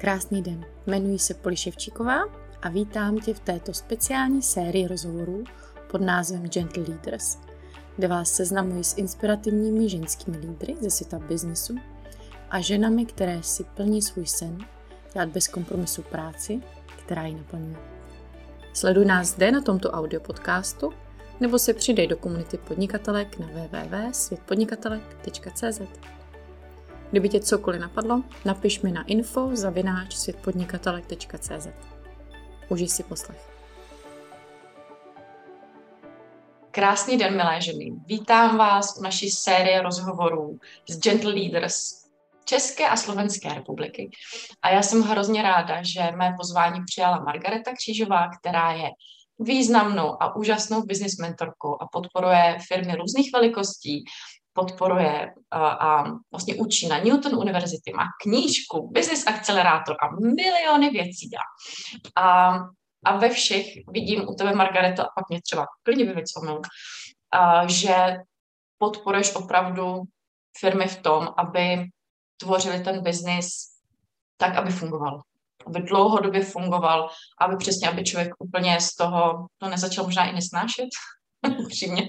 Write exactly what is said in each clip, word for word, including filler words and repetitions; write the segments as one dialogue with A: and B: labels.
A: Krásný den, jmenuji se Poli Ševčíková a vítám tě v této speciální sérii rozhovorů pod názvem Gentle Leaders, kde vás seznamuji s inspirativními ženskými lídry ze světa biznesu a ženami, které si plní svůj sen dělat bez kompromisu práci, která ji naplňuje. Sleduj nás zde na tomto audio podcastu nebo se přidej do komunity podnikatelek na w w w tečka svět podnikatelek tečka c z. Kdyby tě cokoliv napadlo, napiš mi na info zavináč svět podnikatelek tečka c z. Užij si poslech.
B: Krásný den, milé ženy. Vítám vás u naší série rozhovorů s Gentle Leaders České a Slovenské republiky. A já jsem hrozně ráda, že mé pozvání přijala Margareta Křížová, která je významnou a úžasnou business mentorkou a podporuje firmy různých velikostí, podporuje a, a vlastně učí na Newton University, má knížku, business akcelerátor a miliony věcí dělá. A, a ve všech vidím u tebe, Margareto, a pak mě třeba klidně vyveď somil, že podporuješ opravdu firmy v tom, aby tvořili ten biznis tak, aby fungoval. Aby dlouhodobě fungoval, aby přesně, aby člověk úplně z toho to nezačal možná i nesnášet. Upřímně.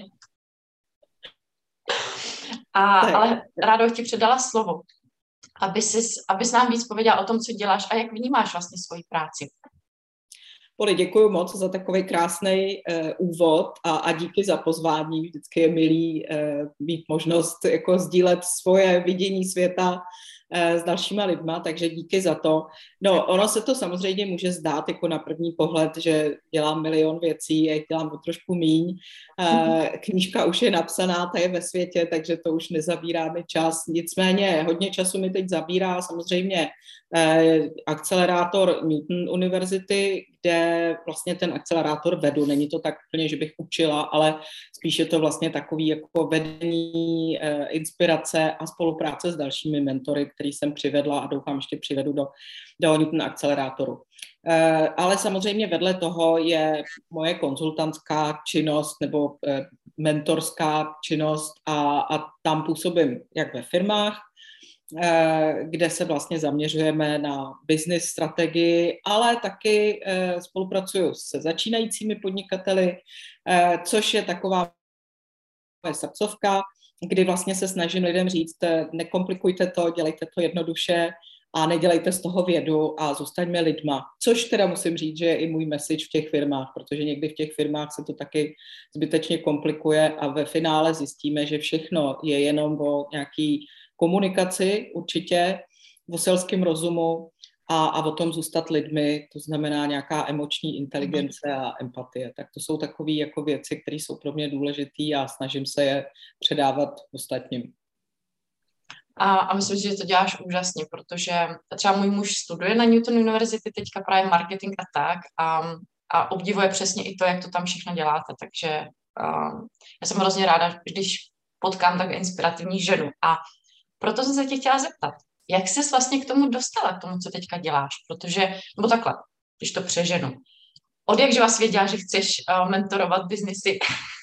B: A, ale ráda bych ti předala slovo, aby jsi, abys nám víc pověděla o tom, co děláš a jak vnímáš vlastně svoji práci.
C: Poli, děkuji moc za takový krásný uh, úvod a, a díky za pozvání. Vždycky je milý uh, mít možnost jako sdílet svoje vidění světa uh, s dalšíma lidma, takže díky za to. No, ono se to samozřejmě může zdát jako na první pohled, že dělám milion věcí, já dělám o trošku míň. Uh, knížka už je napsaná, ta je ve světě, takže to už nezabírá mi čas. Nicméně hodně času mi teď zabírá samozřejmě uh, akcelerátor Newton University, kde vlastně ten akcelerátor vedu. Není to tak úplně, že bych učila, ale spíš je to vlastně takový jako vedení, eh, inspirace a spolupráce s dalšími mentory, který jsem přivedla a doufám ještě přivedu do, do Newton akcelerátoru. Eh, ale samozřejmě vedle toho je moje konzultantská činnost nebo eh, mentorská činnost a, a tam působím jak ve firmách, kde se vlastně zaměřujeme na business strategii, ale taky spolupracuju se začínajícími podnikateli, což je taková srdcovka, kdy vlastně se snažím lidem říct, nekomplikujte to, dělejte to jednoduše a nedělejte z toho vědu a zůstaňme lidma. Což teda musím říct, že je i můj message v těch firmách, protože někdy v těch firmách se to taky zbytečně komplikuje a ve finále zjistíme, že všechno je jenom o nějaký komunikaci určitě, o selském rozumu a, a o tom zůstat lidmi, to znamená nějaká emoční inteligence a empatie. Tak to jsou takové jako věci, které jsou pro mě důležité a snažím se je předávat ostatním.
B: A, a myslím si, že to děláš úžasně, protože třeba můj muž studuje na Newton University teďka právě marketing a tak a, a obdivuje přesně i to, jak to tam všechno děláte. Takže um, já jsem hrozně ráda, když potkám tak inspirativní ženu. A proto jsem se tě chtěla zeptat, jak jsi vlastně k tomu dostala, k tomu, co teďka děláš, protože, nebo takhle, když to přeženu, od jak živa jsi věděla, že chceš uh, mentorovat biznisy?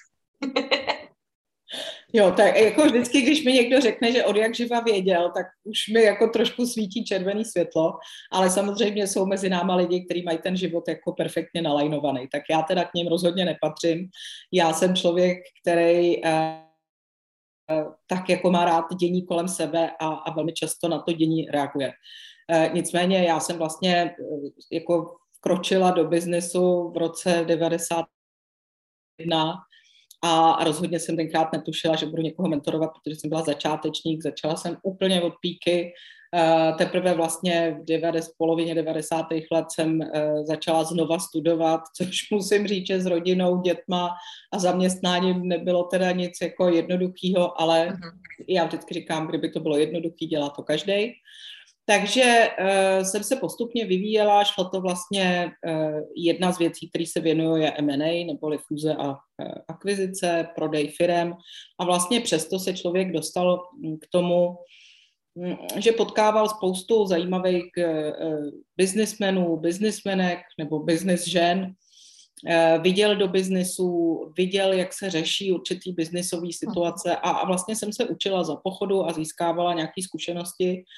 C: Jo, tak jako vždycky, když mi někdo řekne, že od jak živa věděl, tak už mi jako trošku svítí červený světlo, ale samozřejmě jsou mezi náma lidi, kteří mají ten život jako perfektně nalajnovaný, tak já teda k ním rozhodně nepatřím. Já jsem člověk, který uh, tak jako má rád dění kolem sebe a, a velmi často na to dění reaguje. E, nicméně já jsem vlastně e, jako vkročila do biznesu v roce devadesát jedna a rozhodně jsem tenkrát netušila, že budu někoho mentorovat, protože jsem byla začátečník, začala jsem úplně od píky. E, teprve vlastně v, devades, v polovině devadesátých let jsem e, začala znova studovat, což musím říct, že s rodinou, dětma a zaměstnáním nebylo teda nic jako jednoduchýho, ale uh-huh. já vždycky říkám, kdyby to bylo jednoduchý, dělá to každej. Takže uh, jsem se postupně vyvíjela, šlo to vlastně, uh, jedna z věcí, které se věnuju, je M and A, neboli fúze a uh, akvizice, prodej firem a vlastně přesto se člověk dostal k tomu, že potkával spoustu zajímavých uh, businessmenů, businessmenek nebo business žen, uh, viděl do biznesu, viděl, jak se řeší určitý biznisové situace a, a vlastně jsem se učila za pochodu a získávala nějaké zkušenosti.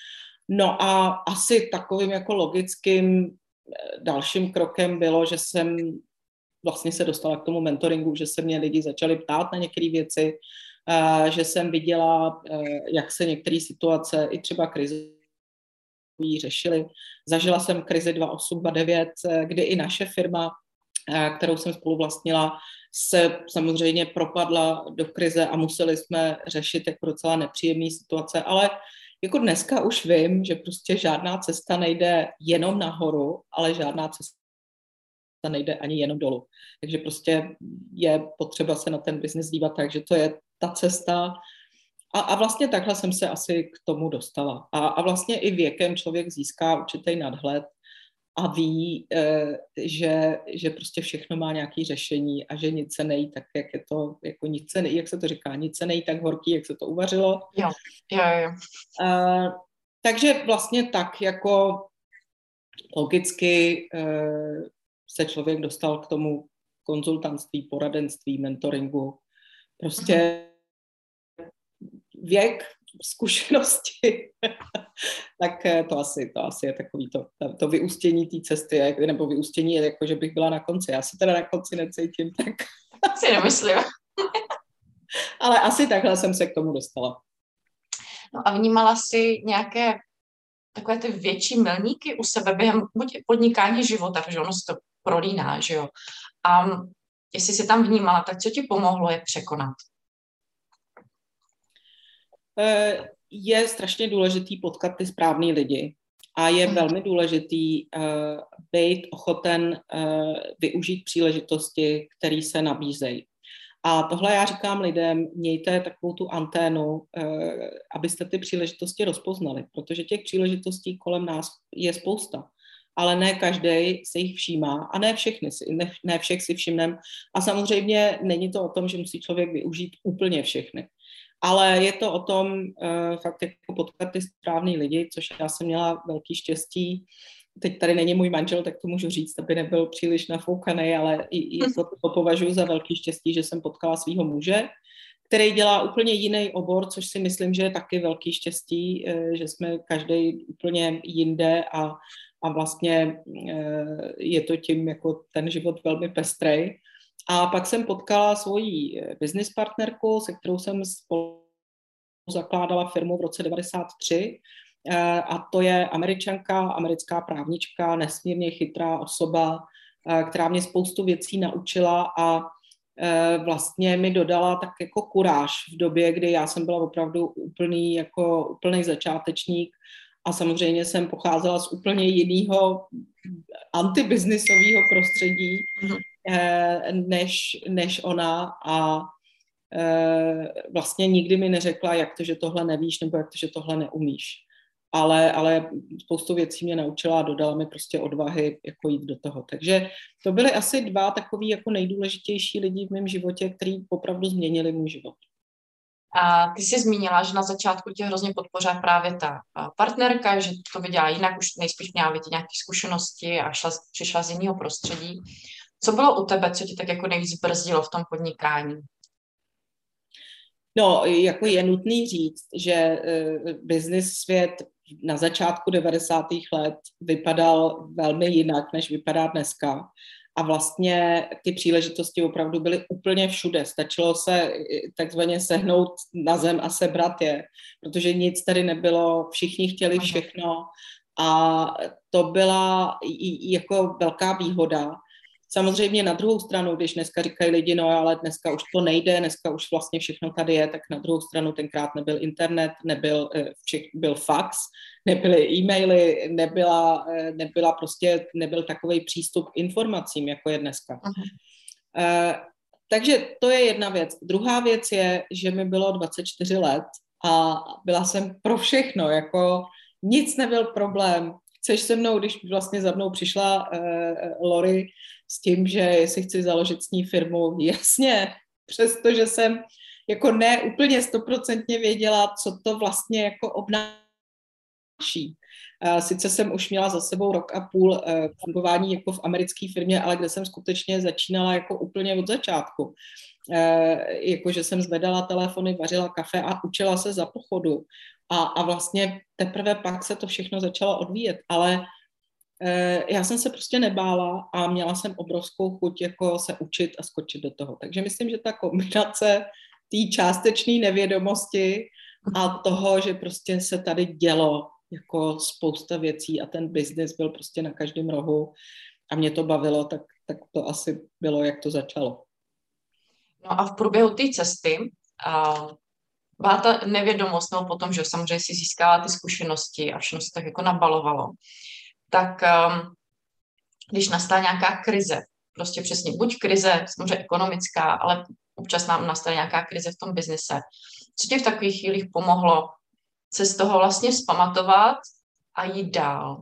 C: No a asi takovým jako logickým dalším krokem bylo, že jsem vlastně se dostala k tomu mentoringu, že se mě lidi začali ptát na některé věci, že jsem viděla, jak se některé situace, i třeba krizové, řešily. Zažila jsem krizi dva tisíce osm dva tisíce devět, kdy i naše firma, kterou jsem spoluvlastnila, se samozřejmě propadla do krize a museli jsme řešit jako docela nepříjemné situace, ale jako dneska už vím, že prostě žádná cesta nejde jenom nahoru, ale žádná cesta nejde ani jenom dolů. Takže prostě je potřeba se na ten biznis dívat tak, že to je ta cesta. A, a vlastně takhle jsem se asi k tomu dostala. A, a vlastně i věkem člověk získá určitý nadhled a ví, e, že, že prostě všechno má nějaké řešení a že nic se nejí tak, jak je to, jako nic se nejí, jak se to říká, nic se nejí tak horký, jak se to uvařilo.
B: Jo, jo, jo.
C: E, takže vlastně tak jako logicky e, se člověk dostal k tomu konzultantství, poradenství, mentoringu. Prostě věk, zkušenosti, tak to asi, to asi je takový to, to vyústění té cesty, nebo vyústění je jako, že bych byla na konci. Já se teda na konci necítím, tak...
B: Si nemyslím.
C: Ale asi takhle jsem se k tomu dostala.
B: No a vnímala jsi nějaké takové ty větší milníky u sebe během buď podnikání života, protože ono se to prolíná, že jo? A jestli jsi tam vnímala, tak co ti pomohlo je překonat?
C: Je strašně důležitý potkat ty správný lidi a je velmi důležitý uh, být ochoten uh, využít příležitosti, které se nabízejí. A tohle já říkám lidem, mějte takovou tu anténu, uh, abyste ty příležitosti rozpoznali, protože těch příležitostí kolem nás je spousta, ale ne každý se jich všímá a ne všechny, ne, ne všech si všimnem. A samozřejmě není to o tom, že musí člověk využít úplně všechny. Ale je to o tom uh, fakt jako potkat ty správný lidi, což já jsem měla velký štěstí. Teď tady není můj manžel, tak to můžu říct, aby nebyl příliš nafoukaný, ale i, i jako to považuji za velký štěstí, že jsem potkala svého muže, který dělá úplně jiný obor, což si myslím, že je taky velký štěstí, uh, že jsme každý úplně jinde a, a vlastně uh, je to tím jako ten život velmi pestrej. A pak jsem potkala svoji business partnerku, se kterou jsem spolu zakládala firmu v roce devadesát tři. A to je Američanka, americká právnička, nesmírně chytrá osoba, která mě spoustu věcí naučila a vlastně mi dodala tak jako kuráž v době, kdy já jsem byla opravdu úplný, jako úplný začátečník a samozřejmě jsem pocházela z úplně jiného antibiznisového prostředí, mm-hmm. Než, než ona a e, vlastně nikdy mi neřekla, jak to, že tohle nevíš, nebo jak to, že tohle neumíš. Ale, ale spoustu věcí mě naučila a dodala mi prostě odvahy jako jít do toho. Takže to byly asi dva takový jako nejdůležitější lidi v mém životě, který opravdu změnili můj život.
B: A ty jsi zmínila, že na začátku tě hrozně podpořila právě ta partnerka, že to viděla jinak, už nejspíš měla vidět nějaké zkušenosti a šla, přišla z jiného prostředí. Co bylo u tebe, co ti tak jako nejvíc brzdilo v tom podnikání?
C: No, jako je nutný říct, že uh, business svět na začátku devadesátých let vypadal velmi jinak, než vypadá dneska. A vlastně ty příležitosti opravdu byly úplně všude. Stačilo se takzvaně sehnout na zem a sebrat je, protože nic tady nebylo, všichni chtěli všechno a to byla jako velká výhoda. Samozřejmě na druhou stranu, když dneska říkají lidi, no ale dneska už to nejde, dneska už vlastně všechno tady je, tak na druhou stranu tenkrát nebyl internet, nebyl, byl fax, nebyly e-maily, nebyla, nebyla prostě, nebyl takový přístup k informacím, jako je dneska. Uh, takže to je jedna věc. Druhá věc je, že mi bylo dvacet čtyři let a byla jsem pro všechno, jako nic nebyl problém. Chceš se mnou, když vlastně za mnou přišla uh, Lori s tím, že jestli chci založit s ní firmu, jasně, přestože jsem jako ne úplně stoprocentně věděla, co to vlastně jako obnáší. Uh, sice jsem už měla za sebou rok a půl uh, fungování jako v americké firmě, ale kde jsem skutečně začínala jako úplně od začátku. Uh, jakože jsem zvedala telefony, vařila kafe a učila se za pochodu. a, a vlastně teprve pak se to všechno začalo odvíjet, ale e, já jsem se prostě nebála a měla jsem obrovskou chuť jako se učit a skočit do toho. Takže myslím, že ta kombinace té částečné nevědomosti a toho, že prostě se tady dělo jako spousta věcí a ten biznis byl prostě na každém rohu a mě to bavilo, tak, tak to asi bylo, jak to začalo.
B: No a v průběhu té cesty uh, byla ta nevědomost, no potom, že samozřejmě si získala ty zkušenosti a všechno se tak jako nabalovalo, tak um, když nastala nějaká krize, prostě přesně buď krize, samozřejmě ekonomická, ale občas nám nastane nějaká krize v tom biznise. Co ti v takových chvílích pomohlo se z toho vlastně vzpamatovat a jít dál?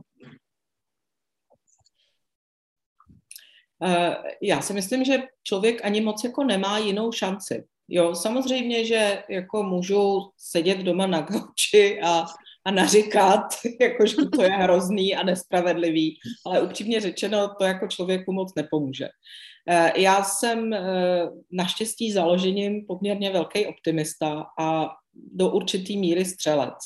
C: Uh, já si myslím, že člověk ani moc jako nemá jinou šanci. Jo, samozřejmě, že jako můžu sedět doma na gauči a, a naříkat, jakože to je hrozný a nespravedlivý, ale upřímně řečeno, to jako člověku moc nepomůže. Já jsem naštěstí založením poměrně velký optimista a do určitý míry střelec.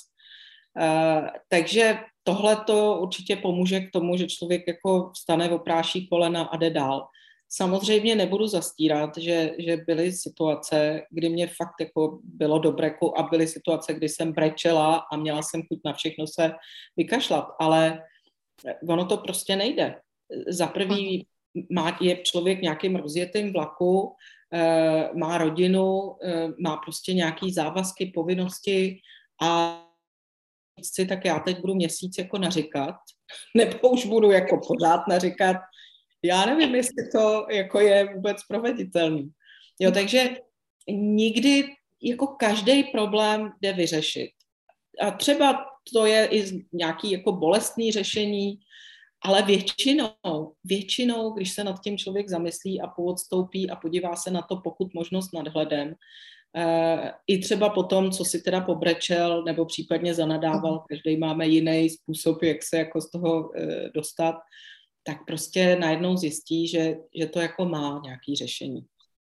C: Takže tohle to určitě pomůže k tomu, že člověk jako vstane, opráší kolena a jde dál. Samozřejmě nebudu zastírat, že, že byly situace, kdy mě fakt jako bylo do breku a byly situace, kdy jsem brečela a měla jsem chuť na všechno se vykašlat, ale ono to prostě nejde. Za prvý má, je člověk nějakým rozjetým vlaku, e, má rodinu, e, má prostě nějaký závazky, povinnosti a si, tak já teď budu měsíc jako naříkat, nebo už budu jako pořád naříkat. Já nevím, jestli to jako je vůbec proveditelný. Jo, takže nikdy jako každý problém jde vyřešit. A třeba to je i nějaký jako bolestný řešení, ale většinou, většinou, když se nad tím člověk zamyslí a poodstoupí a podívá se na to pokud možnost nadhledem, e, i třeba potom, co si teda pobrečel nebo případně zanadával, každý máme jiný způsob, jak se jako z toho e, dostat, tak prostě najednou zjistí, že, že to jako má nějaké řešení.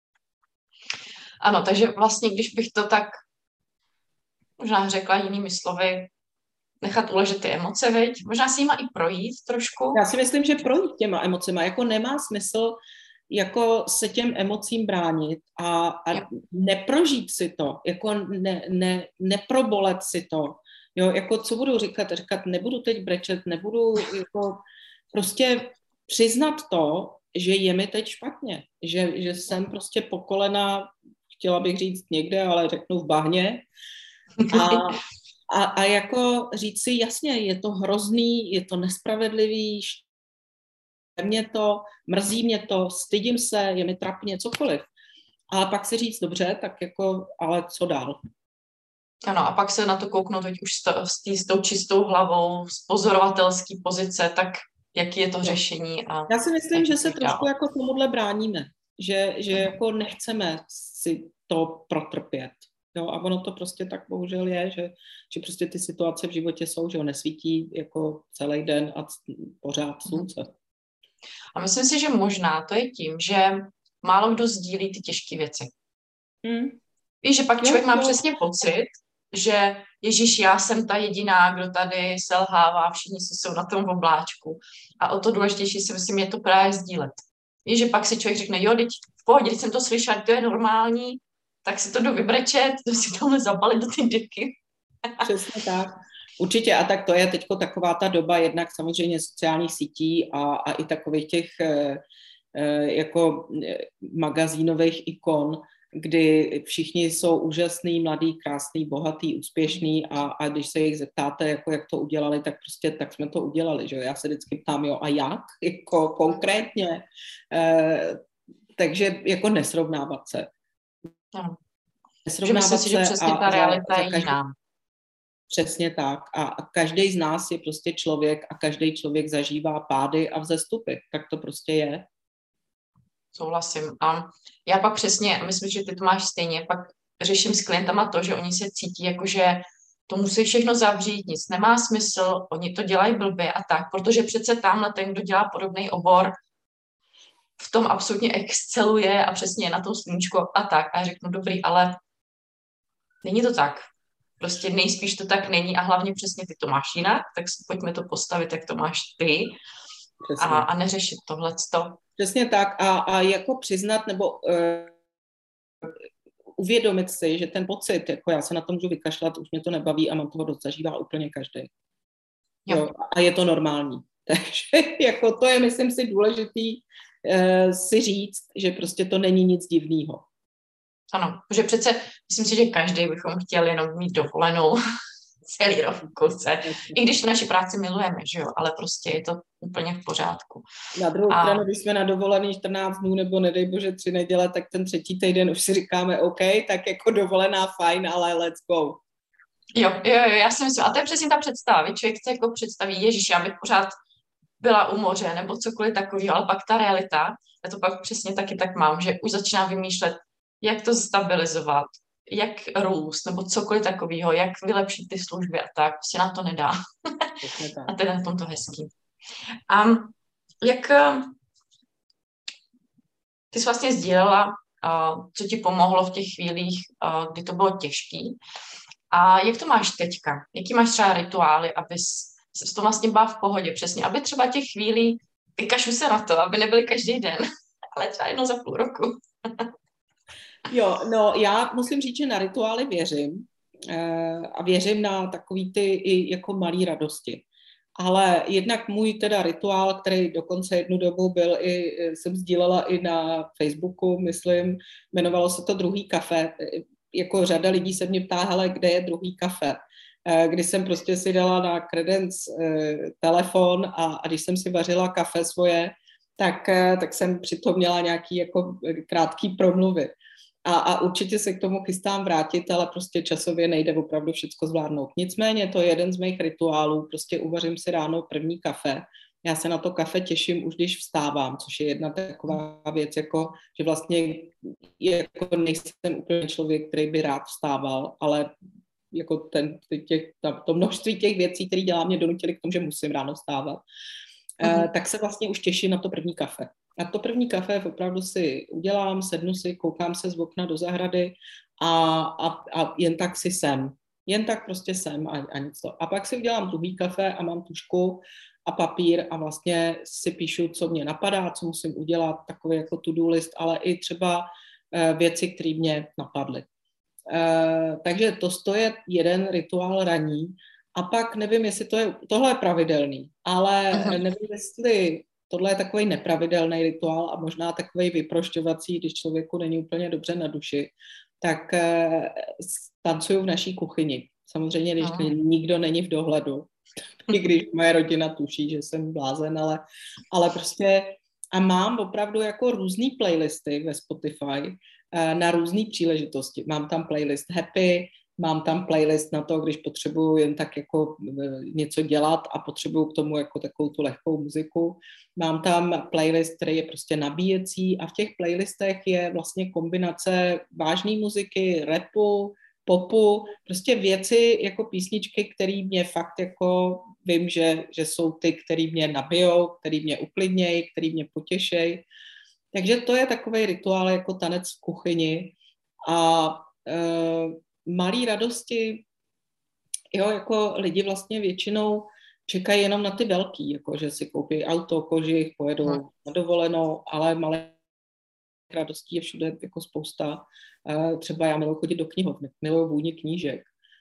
B: Ano, takže vlastně, když bych to tak možná řekla jinými slovy, nechat uležet ty emoce, viď? Možná si jima i projít trošku.
C: Já si myslím, že projít těma emocema, jako nemá smysl jako se těm emocím bránit a, a neprožít si to, jako ne, ne, neprobolet si to. Jo, jako co budu říkat? Říkat, nebudu teď brečet, nebudu jako prostě přiznat to, že je mi teď špatně, že, že jsem prostě po kolena, chtěla bych říct někde, ale řeknu v bahně. A, a, a jako říct si, jasně, je to hrozný, je to nespravedlivý, mě to, mrzí mě to, stydím se, je mi trapně, cokoliv. Ale pak si říct, dobře, tak jako, ale co dál?
B: Ano, a pak se na to kouknout teď už s, to, s, tý, s tou čistou hlavou, z pozorovatelské pozice, tak jaký je to řešení. A
C: já si myslím, že se trošku
B: dál.
C: jako tomuhle bráníme, že, že jako nechceme si to protrpět. Jo, a ono to prostě tak bohužel je, že, že prostě ty situace v životě jsou, že ho nesvítí jako celý den a pořád slunce.
B: A myslím si, že možná to je tím, že málo kdo sdílí ty těžké věci.
C: Hmm.
B: Víš, že pak člověk
C: jo,
B: má
C: jo.
B: přesně pocit, že Ježíš, já jsem ta jediná, kdo tady selhává, všichni si jsou na tom obláčku. A o to důležitější si myslím, je to právě sdílet. Víš, že pak si člověk řekne, jo, teď v pohodě, teď jsem to slyšel, to je normální, tak si to jdu vybrečet, to si tohle zabalit do ty deky.
C: Přesně tak. Určitě, a tak to je teďko taková ta doba, jednak samozřejmě sociálních sítí a, a i takových těch e, e, jako magazínových ikon, kdy všichni jsou úžasný, mladý, krásný, bohatý, úspěšný a, a když se jich zeptáte, jako jak to udělali, tak prostě tak jsme to udělali, že jo? Já se vždycky ptám, jo, a jak? Jako konkrétně. E, takže jako nesrovnávat se.
B: No.
C: Nesrovnávat
B: myslím si, že přesně ta realita je jiná.
C: Přesně tak. A, a každý z nás je prostě člověk a každý člověk zažívá pády a vzestupy. Tak to prostě je.
B: Souhlasím. A já pak přesně, myslím, že ty to máš stejně, pak řeším s klientama to, že oni se cítí jako, že to musí všechno zavřít, nic nemá smysl, oni to dělají blbě a tak, protože přece tamhle ten, kdo dělá podobný obor, v tom absolutně exceluje a přesně je na tom sluníčku a tak. A já řeknu, dobrý, ale není to tak. prostě nejspíš to tak není a hlavně přesně ty to máš jinak, tak pojďme to postavit, jak to máš ty a, a neřešit tohleto.
C: Přesně tak a, a jako přiznat nebo uh, uvědomit si, že ten pocit, jako já se na to můžu vykašlat, už mě to nebaví a mám toho dost, zažívá úplně každý. Jo. Jo, a je to normální. Takže jako to je, myslím si, důležitý uh, si říct, že prostě to není nic divného.
B: Ano, protože přece myslím si, že každý bychom chtěli jenom mít dovolenou celý rok v kuse. I když naši práci milujeme, že jo, ale prostě je to úplně v pořádku.
C: Na druhou a... stranu, když jsme na dovolený čtrnáct dnů nebo nedej bože tři neděle, tak ten třetí týden už si říkáme OK, tak jako dovolená fajn, ale let's go.
B: Jo, jo, jo, já si myslím, a to je přesně ta představa. Člověk se jako představí, ježiš, já bych pořád byla u moře nebo cokoliv takového, ale pak ta realita, já to pak přesně taky tak mám, že už začínám vymýšlet, jak to stabilizovat, jak růst, nebo cokoliv takového, jak vylepšit ty služby a tak, se na to nedá. A to je na tomto hezký. A jak ty jsi vlastně sdílela, co ti pomohlo v těch chvílích, kdy to bylo těžký, a jak to máš teďka? Jaký máš třeba rituály, abys se to vlastně byla v pohodě, přesně, aby třeba těch chvílí, vykašlu se na to, aby nebyly každý den, ale třeba jednou za půl roku.
C: Jo, no já musím říct, že na rituály věřím a věřím na takový ty i jako malý radosti. Ale jednak můj teda rituál, který dokonce jednu dobu byl i, jsem sdílela i na Facebooku, myslím, jmenovalo se to Druhý kafe. Jako řada lidí se mě ptá, hele, kde je Druhý kafe? Kdy jsem prostě si dala na Credence telefon a, a když jsem si vařila kafe svoje, tak, tak jsem přitom měla nějaký jako krátký promluvy. A, a určitě se k tomu chystám vrátit, ale prostě časově nejde opravdu všecko zvládnout. Nicméně to je jeden z mých rituálů, prostě uvařím si ráno první kafe. Já se na to kafe těším už, když vstávám, což je jedna taková věc, jako, že vlastně jako nejsem úplně člověk, který by rád vstával, ale jako ten, těch, to množství těch věcí, které dělá, mě donutily k tomu, že musím ráno vstávat. Uh, tak se vlastně už těším na to první kafe. A to první kafe opravdu si udělám, sednu si, koukám se z okna do zahrady a, a, a jen tak si jsem. Jen tak prostě jsem a, a nic to. A pak si udělám druhý kafe a mám tužku a papír a vlastně si píšu, co mě napadá, co musím udělat, takový jako to-do list, ale i třeba uh, věci, které mě napadly. Uh, takže to, to je jeden rituál ranní. A pak nevím, jestli to je, tohle je pravidelný, ale Aha. nevím, jestli tohle je takový nepravidelný rituál a možná takový vyprošťovací, když člověku není úplně dobře na duši, tak uh, tancuju v naší kuchyni. Samozřejmě, když Aha. nikdo není v dohledu, i když moje rodina tuší, že jsem blázen, ale, ale prostě a mám opravdu jako různý playlisty ve Spotify uh, na různý příležitosti. Mám tam playlist happy, mám tam playlist na to, když potřebuju jen tak jako něco dělat a potřebuju k tomu jako takovou tu lehkou muziku. Mám tam playlist, který je prostě nabíjecí a v těch playlistech je vlastně kombinace vážné muziky, rapu, popu, prostě věci jako písničky, které mě fakt jako vím, že, že jsou ty, které mě nabijou, které mě uklidnějí, které mě potěšejí. Takže to je takový rituál jako tanec v kuchyni a uh, malý radosti, jo, jako lidi vlastně většinou čekají jenom na ty velký, jako že si koupí auto, kožich, pojedou hmm. na dovolenou, ale malé radostí je všude jako spousta. Třeba já miluji chodit do knihovny, miluji vůni knížek.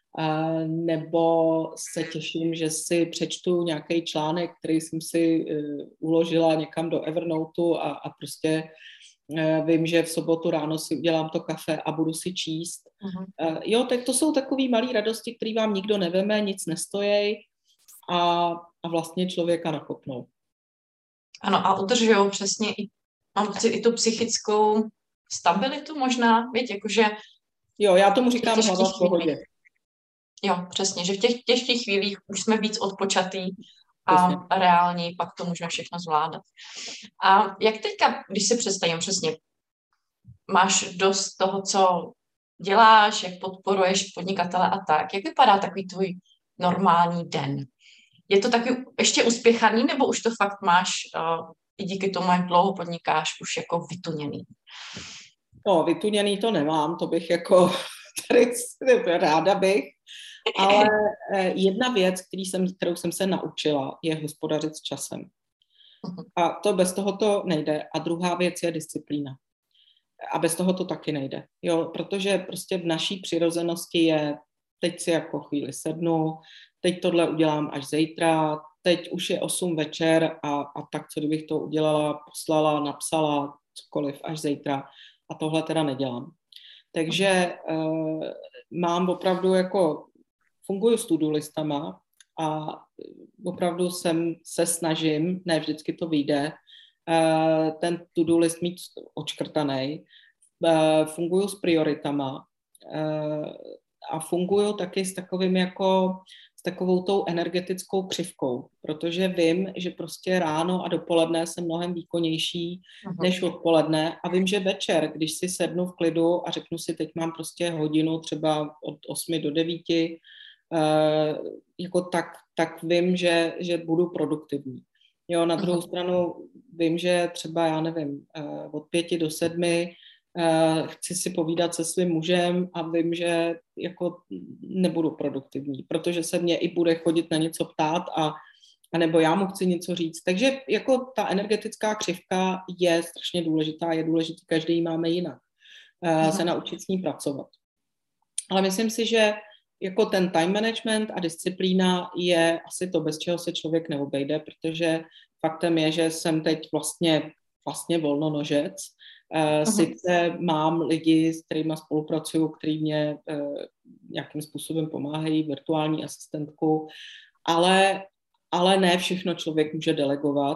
C: Nebo se těším, že si přečtu nějaký článek, který jsem si uložila někam do Evernoteu a, a prostě vím, že v sobotu ráno si udělám to kafe a budu si číst. Uh-huh. Jo, tak to jsou takové malé radosti, které vám nikdo neveme, nic nestojí a, a vlastně člověka nakopnou.
B: Ano, a udržujou přesně i, mám pocit, i tu psychickou stabilitu možná, víš, jakože...
C: Jo, já tomu říkám hlava v pohodě.
B: Jo, přesně, že v těch těžkých chvílích už jsme víc odpočatý a přesně. Reální, pak to můžeme všechno zvládat. A jak teďka, když si představím přesně, máš dost toho, co děláš, jak podporuješ podnikatele a tak, jak vypadá takový tvůj normální den? Je to taky ještě uspěchaný, nebo už to fakt máš uh, i díky tomu, jak dlouho podnikáš, už jako vytuněný?
C: No, vytuněný to nemám, to bych jako tady ráda bych, Ale jedna věc, který jsem, kterou jsem se naučila, je hospodařit s časem. A to bez toho to nejde. A druhá věc je disciplína. A bez toho to taky nejde. Jo, protože prostě v naší přirozenosti je, teď si jako chvíli sednu, teď tohle udělám až zítra, teď už je osm večer a, a tak, co kdybych to udělala, poslala, napsala, cokoliv až zítra. A tohle teda nedělám. Takže uh, mám opravdu jako, funguju s to-do listama a opravdu jsem se snažím, ne vždycky to vyjde, uh, ten to-do list mít odškrtanej. Uh, funguju s prioritama uh, a funguju taky s takovým jako, s takovou tou energetickou křivkou, protože vím, že prostě ráno a dopoledne jsem mnohem výkonnější uh-huh. než odpoledne a vím, že večer, když si sednu v klidu a řeknu si, teď mám prostě hodinu třeba od osmi do devíti, uh, jako tak, tak vím, že, že budu produktivní. Jo, na druhou uh-huh. stranu vím, že třeba, já nevím, uh, od pěti do sedmi Uh, chci si povídat se svým mužem a vím, že jako nebudu produktivní, protože se mě i bude chodit na něco ptát a, a nebo já mu chci něco říct. Takže jako ta energetická křivka je strašně důležitá, je důležitý, každý ji máme jinak. Uh, se naučit s ní pracovat. Ale myslím si, že jako ten time management a disciplína je asi to, bez čeho se člověk neobejde, protože faktem je, že jsem teď vlastně, vlastně volnonožec. Uh, sice mám lidi, s kterými spolupracuju, kteří mě uh, nějakým způsobem pomáhají, virtuální asistentku, ale, ale ne všechno člověk může delegovat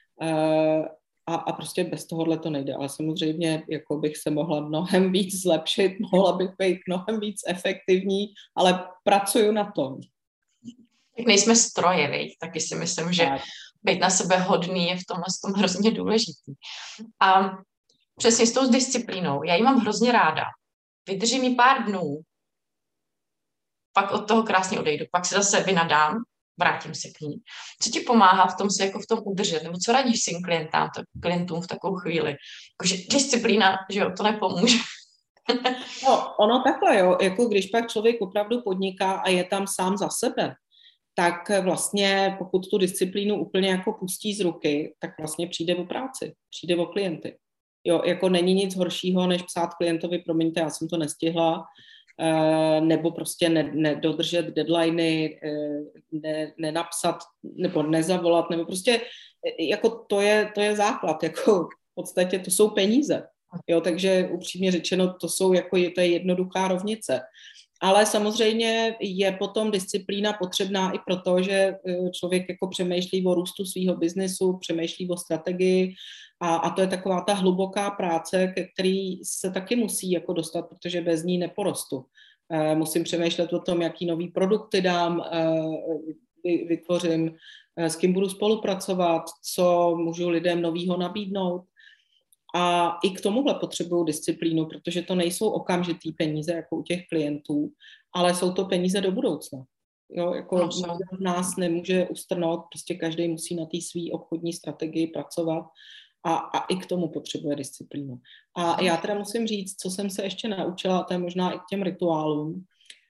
C: uh, a, a prostě bez tohohle to nejde. Ale samozřejmě jako bych se mohla mnohem víc zlepšit, mohla bych být mnohem víc efektivní, ale pracuju na tom.
B: Tak nejsme stroje, viď? Taky si myslím, že tak. Být na sebe hodný je v tomhle tom hrozně důležitý. A přesně s tou disciplínou. Já ji mám hrozně ráda. Vydržím ji pár dnů, pak od toho krásně odejdu, pak se zase vynadám, vrátím se k ní. Co ti pomáhá v tom se jako v tom udržet? Nebo co radíš svým klientám, klientům v takovou chvíli? Jakože disciplína, že jo, to nepomůže.
C: No, ono takhle, jo, jako když pak člověk opravdu podniká a je tam sám za sebe, tak vlastně pokud tu disciplínu úplně jako pustí z ruky, tak vlastně přijde o práci, přijde o klienty. Jo, jako není nic horšího, než psát klientovi, promiňte, já jsem to nestihla, nebo prostě nedodržet deadliny, ne, nenapsat, nebo nezavolat, nebo prostě jako to je, to je základ, jako v podstatě to jsou peníze. Jo, takže upřímně řečeno, to jsou jako, to je jednoduchá rovnice. Ale samozřejmě je potom disciplína potřebná i proto, že člověk jako přemýšlí o růstu svého biznesu, přemýšlí o strategii a, a to je taková ta hluboká práce, ke který se taky musí jako dostat, protože bez ní neporostu. E, musím přemýšlet o tom, jaký nový produkty dám, e, vytvořím, e, s kým budu spolupracovat, co můžu lidem novýho nabídnout. A i k tomuhle potřebuju disciplínu, protože to nejsou okamžitý peníze, jako u těch klientů, ale jsou to peníze do budoucna. Jo, jako no, nás nemůže ustrnout, prostě každý musí na té své obchodní strategii pracovat a, a i k tomu potřebuje disciplínu. A já teda musím říct, co jsem se ještě naučila, to je možná i k těm rituálům.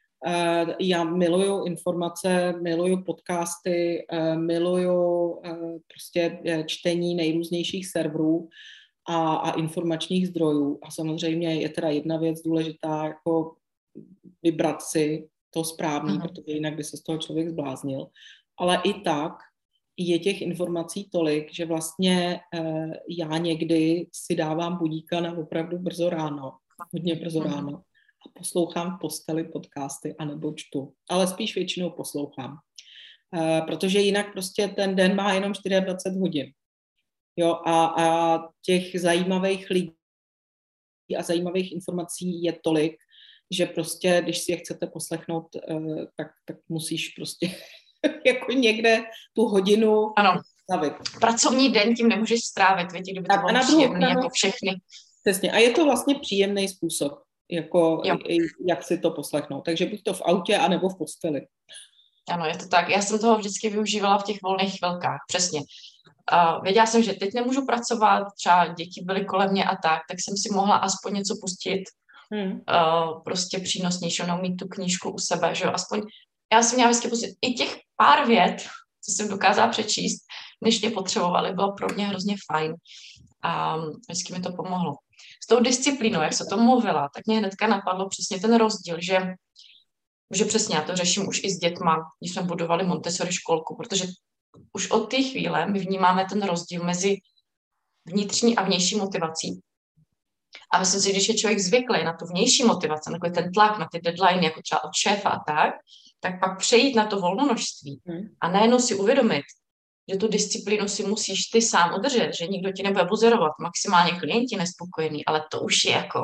C: Já miluju informace, miluju podcasty, miluju prostě čtení nejrůznějších serverů, A, a informačních zdrojů. A samozřejmě je teda jedna věc důležitá, jako vybrat si to správný, Aha. protože jinak by se z toho člověk zbláznil. Ale i tak je těch informací tolik, že vlastně eh, já někdy si dávám budíka na opravdu brzo ráno, hodně brzo Aha. ráno a poslouchám v posteli podcasty anebo čtu. Ale spíš většinou poslouchám. Eh, protože jinak prostě ten den má jenom dvacet čtyři hodin. Jo, a, a těch zajímavých lidí a zajímavých informací je tolik, že prostě, když si je chcete poslechnout, tak, tak musíš prostě jako někde tu hodinu
B: ano.
C: stavit.
B: Pracovní den tím nemůžeš strávit, víte, kdyby to bylo příjemný jako všechny.
C: Přesně, a je to vlastně příjemný způsob, jako jak si to poslechnout. Takže buď to v autě, anebo v posteli.
B: Ano, je to tak. Já jsem toho vždycky využívala v těch volných chvilkách, přesně. Uh, věděla jsem, že teď nemůžu pracovat, třeba děti byly kolem mě a tak, tak jsem si mohla aspoň něco pustit hmm. uh, prostě přínosnější, ono mít tu knížku u sebe, že jo, aspoň já jsem měla vždycky pocit, i těch pár vět, co jsem dokázala přečíst, než mě potřebovali, bylo pro mě hrozně fajn a vždycky mi to pomohlo. S tou disciplínou, jak se to mluvila, tak mě hnedka napadlo přesně ten rozdíl, že, že přesně já to řeším už i s dětma, když jsme budovali Montessori školku, protože už od té chvíle my vnímáme ten rozdíl mezi vnitřní a vnější motivací. A myslím si, když je člověk zvyklý na tu vnější motivaci, na ten tlak, na ty deadline, jako třeba od šéfa a tak, tak pak přejít na to volnonožství a najednou si uvědomit, že tu disciplínu si musíš ty sám udržet, že nikdo ti nebude buzerovat, maximálně klienti nespokojení, ale to už je jako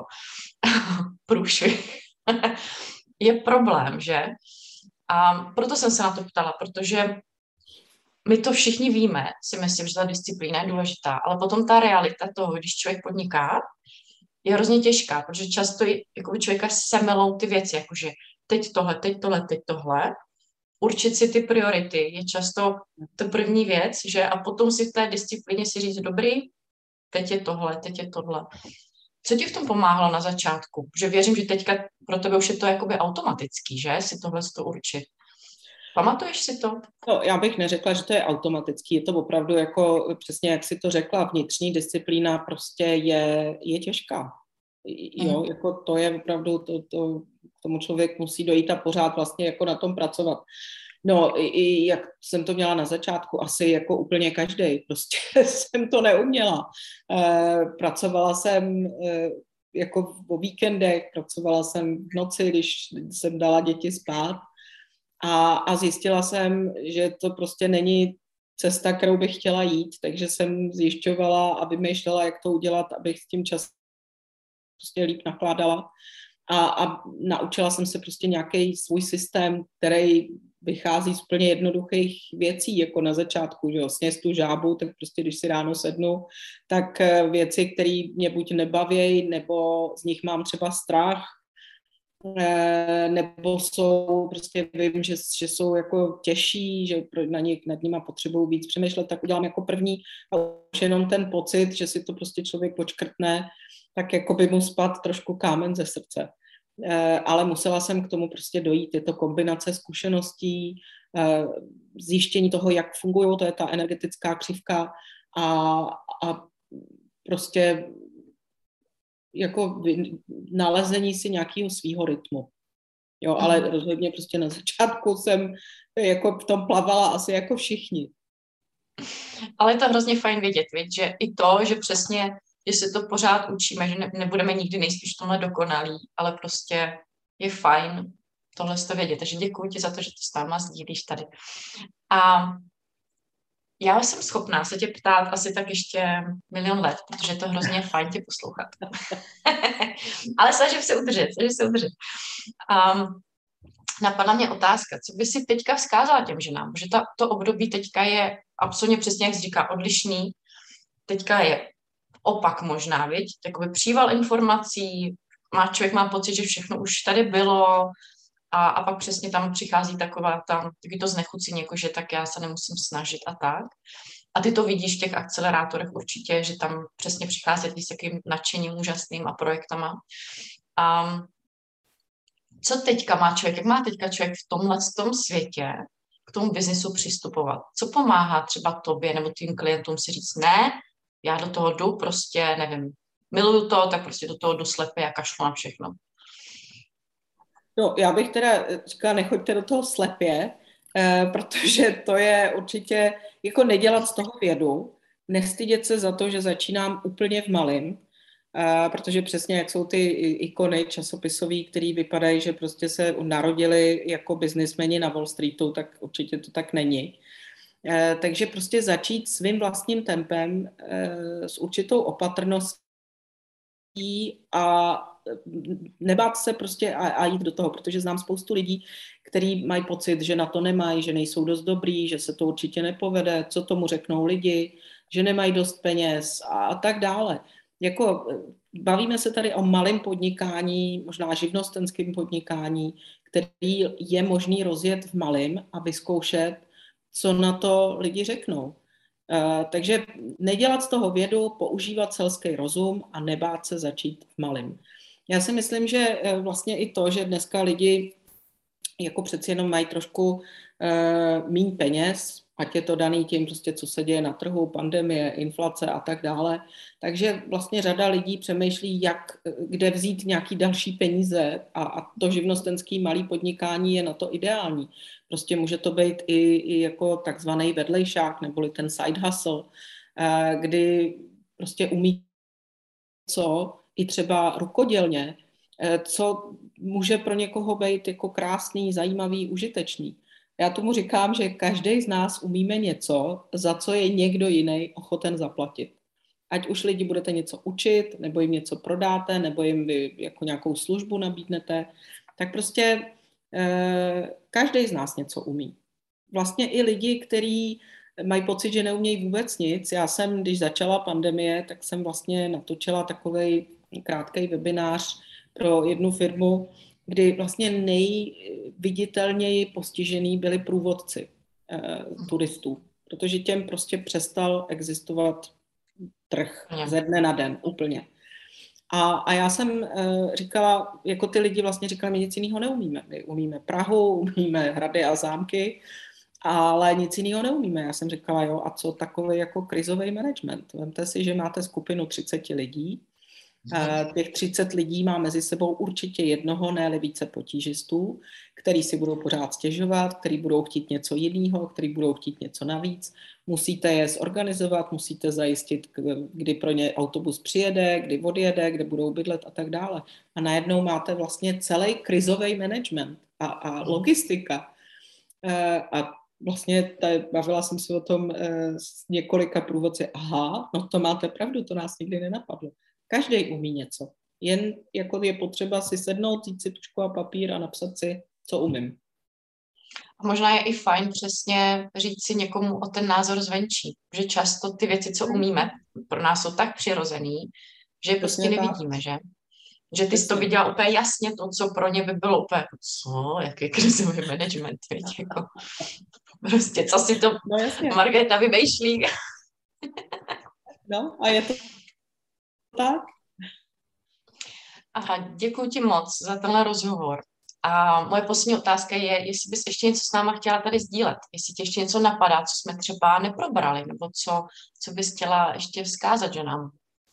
B: průšvih. Je problém, že? A proto jsem se na to ptala, protože my to všichni víme, si myslím, že ta disciplína je důležitá, ale potom ta realita toho, když člověk podniká, je hrozně těžká, protože často jako člověka semelou ty věci, jakože teď tohle, teď tohle, teď tohle. Určit si ty priority je často to první věc, že a potom si v té disciplíně si říct, dobrý, teď je tohle, teď je tohle. Co ti v tom pomáhalo na začátku? Že věřím, že teďka pro tebe už je to jakoby automatický, že? Si tohle to určit. Pamatuješ si to?
C: No, já bych neřekla, že to je automatický. Je to opravdu jako přesně, jak si to řekla, vnitřní disciplína prostě je, je těžká. Jo, mm. jako to je opravdu, to, to, k tomu člověk musí dojít a pořád vlastně jako na tom pracovat. No, i, i jak jsem to měla na začátku, asi jako úplně každej, prostě jsem to neuměla. E, pracovala jsem e, jako o víkendech, pracovala jsem v noci, když jsem dala děti spát a, a zjistila jsem, že to prostě není cesta, kterou bych chtěla jít, takže jsem zjišťovala a vymýšlela, jak to udělat, abych s tím časem prostě líp nakládala a, a naučila jsem se prostě nějaký svůj systém, který vychází z úplně jednoduchých věcí, jako na začátku, že jo, sněz tu žábu, tak prostě když si ráno sednu, tak věci, které mě buď nebaví, nebo z nich mám třeba strach, nebo jsou, prostě vím, že, že jsou jako těžší, že na ně, nad nima potřebuju víc přemýšlet, tak udělám jako první a už jenom ten pocit, že si to prostě člověk počkrtne, tak jako by mu spad trošku kámen ze srdce. E, ale musela jsem k tomu prostě dojít. Je to kombinace zkušeností, e, zjištění toho, jak fungují, to je ta energetická křivka a, a prostě jako nalezení si nějakého svýho rytmu. Jo, ale mm. rozhodně prostě na začátku jsem jako v tom plavala asi jako všichni.
B: Ale je to hrozně fajn vědět, věď, že i to, že přesně, že se to pořád učíme, že ne, nebudeme nikdy nejspíš v tomhle dokonalí, ale prostě je fajn tohle to vědět. Takže děkuji ti za to, že to s náma sdílíš tady. A já jsem schopná se tě ptát asi tak ještě milion let, protože je to hrozně fajn tě poslouchat. Ale snažím se udržet, snažím se udržet. Um, napadla mě otázka, co by si teďka vzkázala těm ženám, že ta, to období teďka je absolutně přesně, jak jsi říká, odlišný. Teďka je opak možná, viď? Takový příval informací, má, člověk má pocit, že všechno už tady bylo a, a pak přesně tam přichází taková tam, taky to znechucení, jako že tak já se nemusím snažit a tak. A ty to vidíš v těch akcelerátorech určitě, že tam přesně přichází s takovým nadšením úžasným a projektama. A co teďka má člověk, jak má teďka člověk v tomhle tom světě k tomu biznisu přistupovat? Co pomáhá třeba tobě nebo tvým klientům si říct, ne, já do toho jdu, prostě nevím, miluju to, tak prostě do toho jdu slepě a kašlu na všechno.
C: No, já bych teda říkala, nechoďte do toho slepě, eh, protože to je určitě, jako nedělat z toho vědu, nestydět se za to, že začínám úplně v malém, eh, protože přesně jak jsou ty ikony časopisový, který vypadají, že prostě se narodili jako biznismeni na Wall Streetu, tak určitě to tak není. Eh, takže prostě začít svým vlastním tempem eh, s určitou opatrností a nebát se prostě a, a jít do toho, protože znám spoustu lidí, kteří mají pocit, že na to nemají, že nejsou dost dobrý, že se to určitě nepovede, co tomu řeknou lidi, že nemají dost peněz a, a tak dále. Jako bavíme se tady o malém podnikání, možná živnostenském podnikání, který je možný rozjet v malém a vyzkoušet, co na to lidi řeknou. Uh, takže nedělat z toho vědu, používat selský rozum a nebát se začít v malém. Já si myslím, že vlastně i to, že dneska lidi jako přeci jenom mají trošku uh, míň peněz, ať je to daný tím, prostě, co se děje na trhu, pandemie, inflace a tak dále. Takže vlastně řada lidí přemýšlí, jak, kde vzít nějaký další peníze a, a to živnostenský malý podnikání je na to ideální. Prostě může to být i, i jako takzvaný vedlejšák, neboli ten side hustle, uh, kdy prostě umí co i třeba rukodělně, co může pro někoho být jako krásný, zajímavý, užitečný. Já tomu říkám, že každý z nás umíme něco, za co je někdo jiný ochoten zaplatit. Ať už lidi budete něco učit, nebo jim něco prodáte, nebo jim vy jako nějakou službu nabídnete, tak prostě eh, každý z nás něco umí. Vlastně i lidi, kteří mají pocit, že neumějí vůbec nic. Já jsem, když začala pandemie, tak jsem vlastně natočila takovej krátkej webinář pro jednu firmu, kdy vlastně nejviditelněji postižený byli průvodci eh, turistů, protože těm prostě přestal existovat trh ze dne na den úplně. A, a já jsem eh, říkala, jako ty lidi vlastně říkali, my nic jiného neumíme. My umíme Prahu, umíme hrady a zámky, ale nic jiného neumíme. Já jsem říkala, jo, a co takový jako krizový management? Vemte si, že máte skupinu třicet lidí, těch třicet lidí má mezi sebou určitě jednoho, ne více potížistů, který si budou pořád stěžovat, který budou chtít něco jiného, který budou chtít něco navíc. Musíte je zorganizovat, musíte zajistit, kdy pro ně autobus přijede, kdy odjede, kde budou bydlet a tak dále. A najednou máte vlastně celý krizový management a, a logistika. A vlastně tady, bavila jsem se o tom s několika průvodci. Aha, no to máte pravdu, to nás nikdy nenapadlo. Každý umí něco. Jen jako je potřeba si sednout, jít si tužku a papír a napsat si, co umím.
B: A možná je i fajn přesně říct si někomu o ten názor zvenčí. Že často ty věci, co umíme, pro nás jsou tak přirozený, že je prostě nevidíme, že? Že ty jsi to viděla úplně jasně, to, co pro ně by bylo úplně, co, jaký krizový management, víš, jako, prostě, co si to no, Markéta vymýšlí.
C: No, a je to tak.
B: Aha, děkuji ti moc za tenhle rozhovor. A moje poslední otázka je, jestli bys ještě něco s náma chtěla tady sdílet, jestli ti ještě něco napadá, co jsme třeba neprobrali, nebo co, co bys chtěla ještě vzkázat ženám.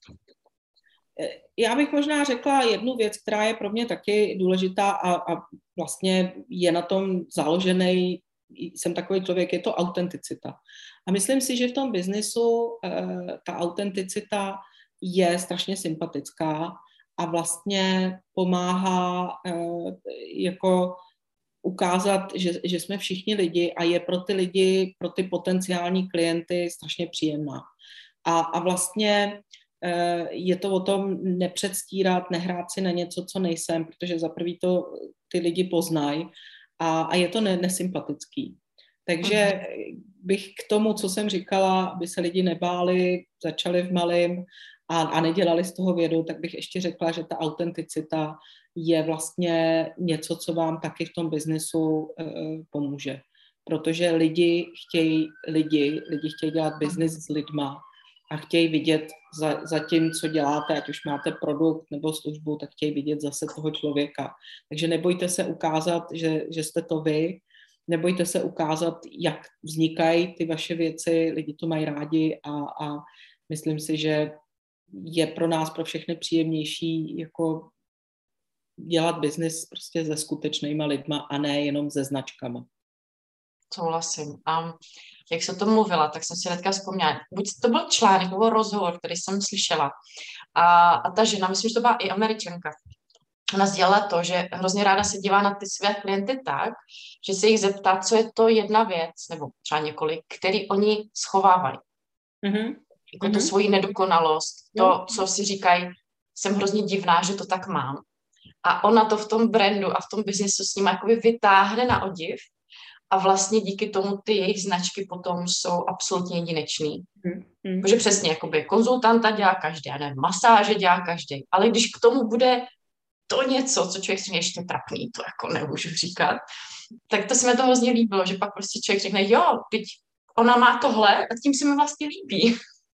C: Já bych možná řekla jednu věc, která je pro mě taky důležitá a, a vlastně je na tom založený, jsem takový člověk, je to autenticita. A myslím si, že v tom biznisu eh, ta autenticita je strašně sympatická a vlastně pomáhá eh, jako ukázat, že, že jsme všichni lidi a je pro ty lidi, pro ty potenciální klienty strašně příjemná. A, a vlastně eh, je to o tom nepředstírat, nehrát si na něco, co nejsem, protože za prvý to ty lidi poznají a, a je to ne, nesympatický. Takže bych k tomu, co jsem říkala, aby se lidi nebáli, začali v malém a, a nedělali z toho vědu, tak bych ještě řekla, že ta autenticita je vlastně něco, co vám taky v tom biznesu e, pomůže. Protože lidi chtějí lidi, lidi chtějí dělat biznis s lidma a chtějí vidět za, za tím, co děláte, ať už máte produkt nebo službu, tak chtějí vidět zase toho člověka. Takže nebojte se ukázat, že, že jste to vy, nebojte se ukázat, jak vznikají ty vaše věci, lidi to mají rádi a, a myslím si, že je pro nás, pro všechny příjemnější jako dělat biznis prostě se skutečnýma lidma a ne jenom se značkama.
B: Souhlasím. A jak se to mluvila, tak jsem si hnedka vzpomněla. Buď to byl článek nebo rozhovor, který jsem slyšela. A, a ta žena, myslím, že to byla i Američanka, ona sdělala to, že hrozně ráda se dívá na ty své klienty tak, že se jich zeptá, co je to jedna věc, nebo třeba několik, který oni schovávají. Mm-hmm. Jako mm-hmm. tu svoji nedokonalost, to, co si říkají, jsem hrozně divná, že to tak mám. A ona to v tom brandu a v tom biznesu s ním jakoby vytáhne na odiv a vlastně díky tomu ty jejich značky potom jsou absolutně jedinečný. Mm-hmm. Protože přesně, jakoby konzultanta dělá každý, ne, masáže dělá každý, ale když k tomu bude to něco, co člověk si mě ještě trapný, to jako nemůžu říkat, tak to se mi to hrozně líbilo, že pak prostě člověk řekne, jo, teď ona má tohle a tím se mi vlastně líbí.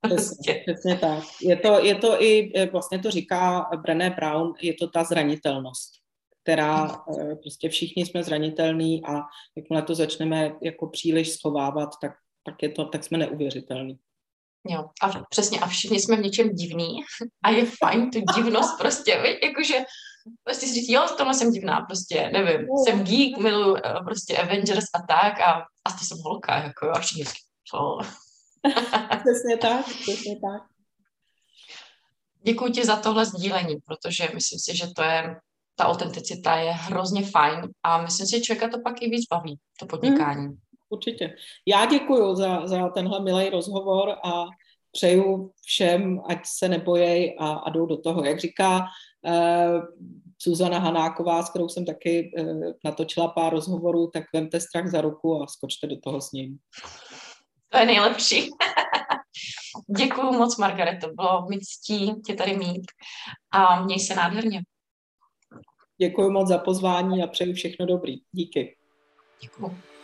C: Přesně, přesně tak. Je to, je to i, vlastně to říká Brené Brown, je to ta zranitelnost, která prostě všichni jsme zranitelní a jakmile to začneme jako příliš schovávat, tak, tak, je to, tak jsme neuvěřitelní.
B: Jo, a přesně, a všichni jsme v něčem divní a je fajn tu divnost prostě, víš, jakože prostě si říct, jo, v tomhle jsem divná, prostě, nevím, jsem geek, miluji prostě Avengers a tak a, a to jsem holka, jako jo, a všichni, co?
C: Přesně tak, přesně tak.
B: Děkuji ti za tohle sdílení, protože myslím si, že to je, ta autenticita je hrozně fajn a myslím si, že člověka to pak i víc baví, to podnikání. Hmm.
C: Určitě. Já děkuji za, za tenhle milý rozhovor a přeju všem, ať se nebojej a, a jdou do toho. Jak říká uh, Zuzana Hanáková, s kterou jsem taky uh, natočila pár rozhovorů, tak vemte strach za ruku a skočte do toho s ním.
B: To je nejlepší. Děkuji moc, Margareto. Bylo mi ctí tě tady mít a měj se nádherně.
C: Děkuji moc za pozvání a přeju všechno dobrý. Díky.
B: Děkuji.